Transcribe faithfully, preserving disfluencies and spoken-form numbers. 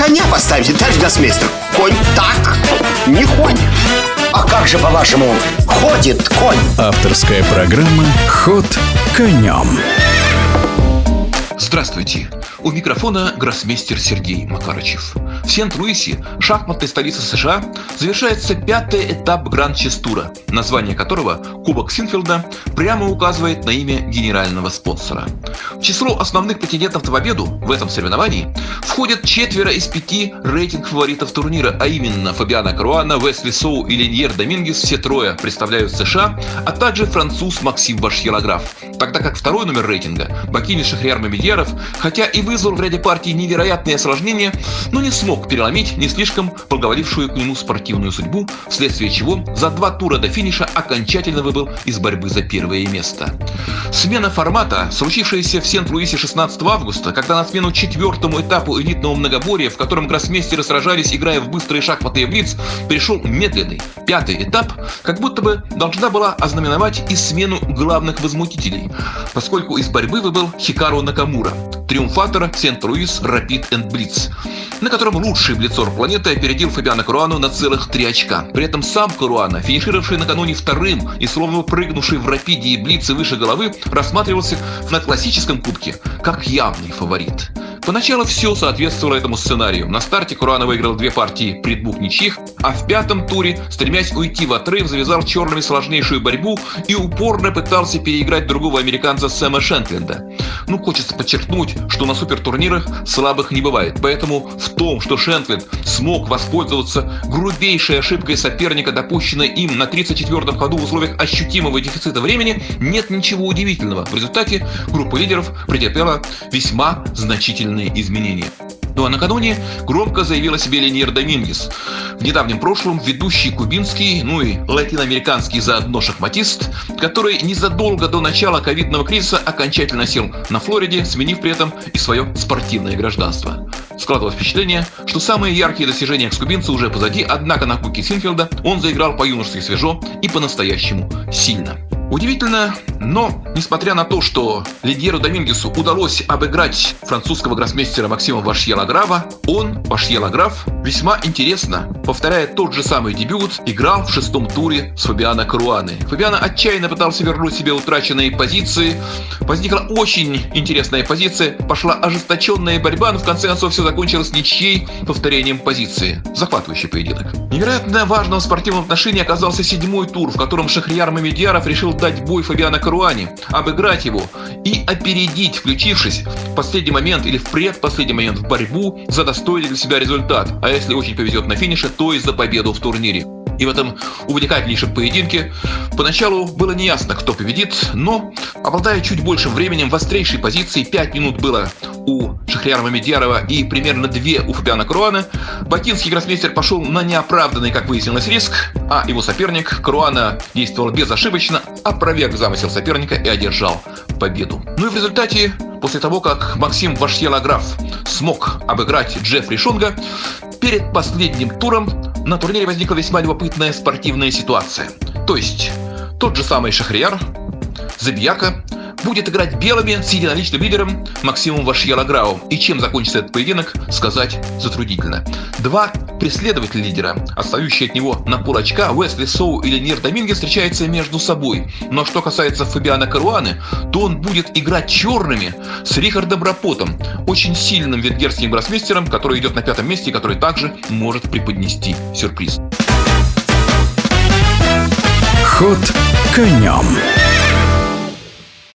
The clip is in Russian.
коня поставите, товарищ гроссмейстер? Конь так не ходит. А как же, по-вашему, ходит конь? Авторская программа «Ход конем». Здравствуйте! У микрофона гроссмейстер Сергей Макарычев. В Сент-Луисе, шахматной столице США, завершается пятый этап Гранд-Чес-тура, название которого Кубок Синфилда прямо указывает на имя генерального спонсора. В число основных претендентов на победу в этом соревновании входят четверо из пяти рейтинг-фаворитов турнира, а именно Фабиано Каруана, Уэсли Соу и Линьер Домингес, все трое представляют США, а также француз Максим Вашье-Лаграф. Тогда как второй номер рейтинга, бакинец Шахрияр Мамедьяров, хотя и вызвал в ряде партий невероятные осложнения, но не смог переломить не слишком благоволившую к нему спортивную судьбу, вследствие чего за два тура до финиша окончательно выбыл из борьбы за первое место. Смена формата, случившаяся в Сент-Луисе шестнадцатого августа, когда на смену четвертому этапу элитного многоборья, в котором гроссмейстеры сражались, играя в быстрые шахматы и блиц, перешел медленный пятый этап, как будто бы должна была ознаменовать и смену главных возмутителей, поскольку из борьбы выбыл Хикару Накамура, триумфатор Сент-Луис Рапид энд Блиц, на котором лучший блицор планеты опередил Фабиано Каруану на целых три очка. При этом сам Каруана, финишировавший накануне вторым и словно прыгнувший в Рапиде и Блице выше головы, рассматривался на классическом кубке как явный фаворит. Поначалу все соответствовало этому сценарию. На старте Каруана выиграл две партии при двух ничьих, а в пятом туре, стремясь уйти в отрыв, завязал черными сложнейшую борьбу и упорно пытался переиграть другого американца Сэма Шенкленда. Ну, хочется подчеркнуть, что на супертурнирах слабых не бывает, поэтому в том, что Шенкленд смог воспользоваться грубейшей ошибкой соперника, допущенной им на тридцать четвёртом ходу в условиях ощутимого дефицита времени, нет ничего удивительного. В результате группа лидеров претерпела весьма значительные изменения. Ну а накануне громко заявил о себе Линьер Домингес. В недавнем прошлом ведущий кубинский, ну и латиноамериканский заодно шахматист, который незадолго до начала ковидного кризиса окончательно сел на Флориде, сменив при этом и свое спортивное гражданство. Складывалось впечатление, что самые яркие достижения экс-кубинца уже позади, однако на Кубке Синфилда он заиграл по-юношески свежо и по-настоящему сильно. Удивительно, но несмотря на то, что Линьеру Домингесу удалось обыграть французского гроссмейстера Максима Вашье-Лаграфа, он, Вашье-Лаграф, весьма интересно, повторяя тот же самый дебют, играл в шестом туре с Фабиано Каруаной. Фабиано отчаянно пытался вернуть себе утраченные позиции. Возникла очень интересная позиция, пошла ожесточенная борьба, но в конце концов все закончилось ничьей повторением позиции. Захватывающий поединок. Невероятно важным в спортивном отношении оказался седьмой тур, в котором Шахрияр Мамедьяров решил дать бой Фабиано Каруане, обыграть его и опередить, включившись в последний момент или в предпоследний момент в борьбу за достойный для себя результат, а если очень повезет на финише, то и за победу в турнире. И в этом увлекательнейшем поединке поначалу было неясно, кто победит, но, обладая чуть большим временем, в острейшей позиции, пять минут было у Шахрияра Мамедьярова и примерно две у Фабиано Каруана, бакинский гроссмейстер пошел на неоправданный, как выяснилось, риск, а его соперник Каруана действовал безошибочно, опроверг замысел соперника и одержал победу. Ну и в результате, после того, как Максим Вашье-Лаграф смог обыграть Джеффри Шонга, перед последним туром на турнире возникла весьма любопытная спортивная ситуация. То есть, тот же самый Шахрияр, Забияка, будет играть белыми с единоличным лидером Максимом Вашье-Лаграфом. И чем закончится этот поединок, сказать затруднительно. Два преследователя лидера, отстающие от него на полочка, Уэсли Соу и Линьер Домингес, встречаются между собой. Но что касается Фабиано Каруаны, то он будет играть черными с Рихардом Рапотом, очень сильным венгерским гроссмейстером, который идет на пятом месте и который также может преподнести сюрприз. Ход конем.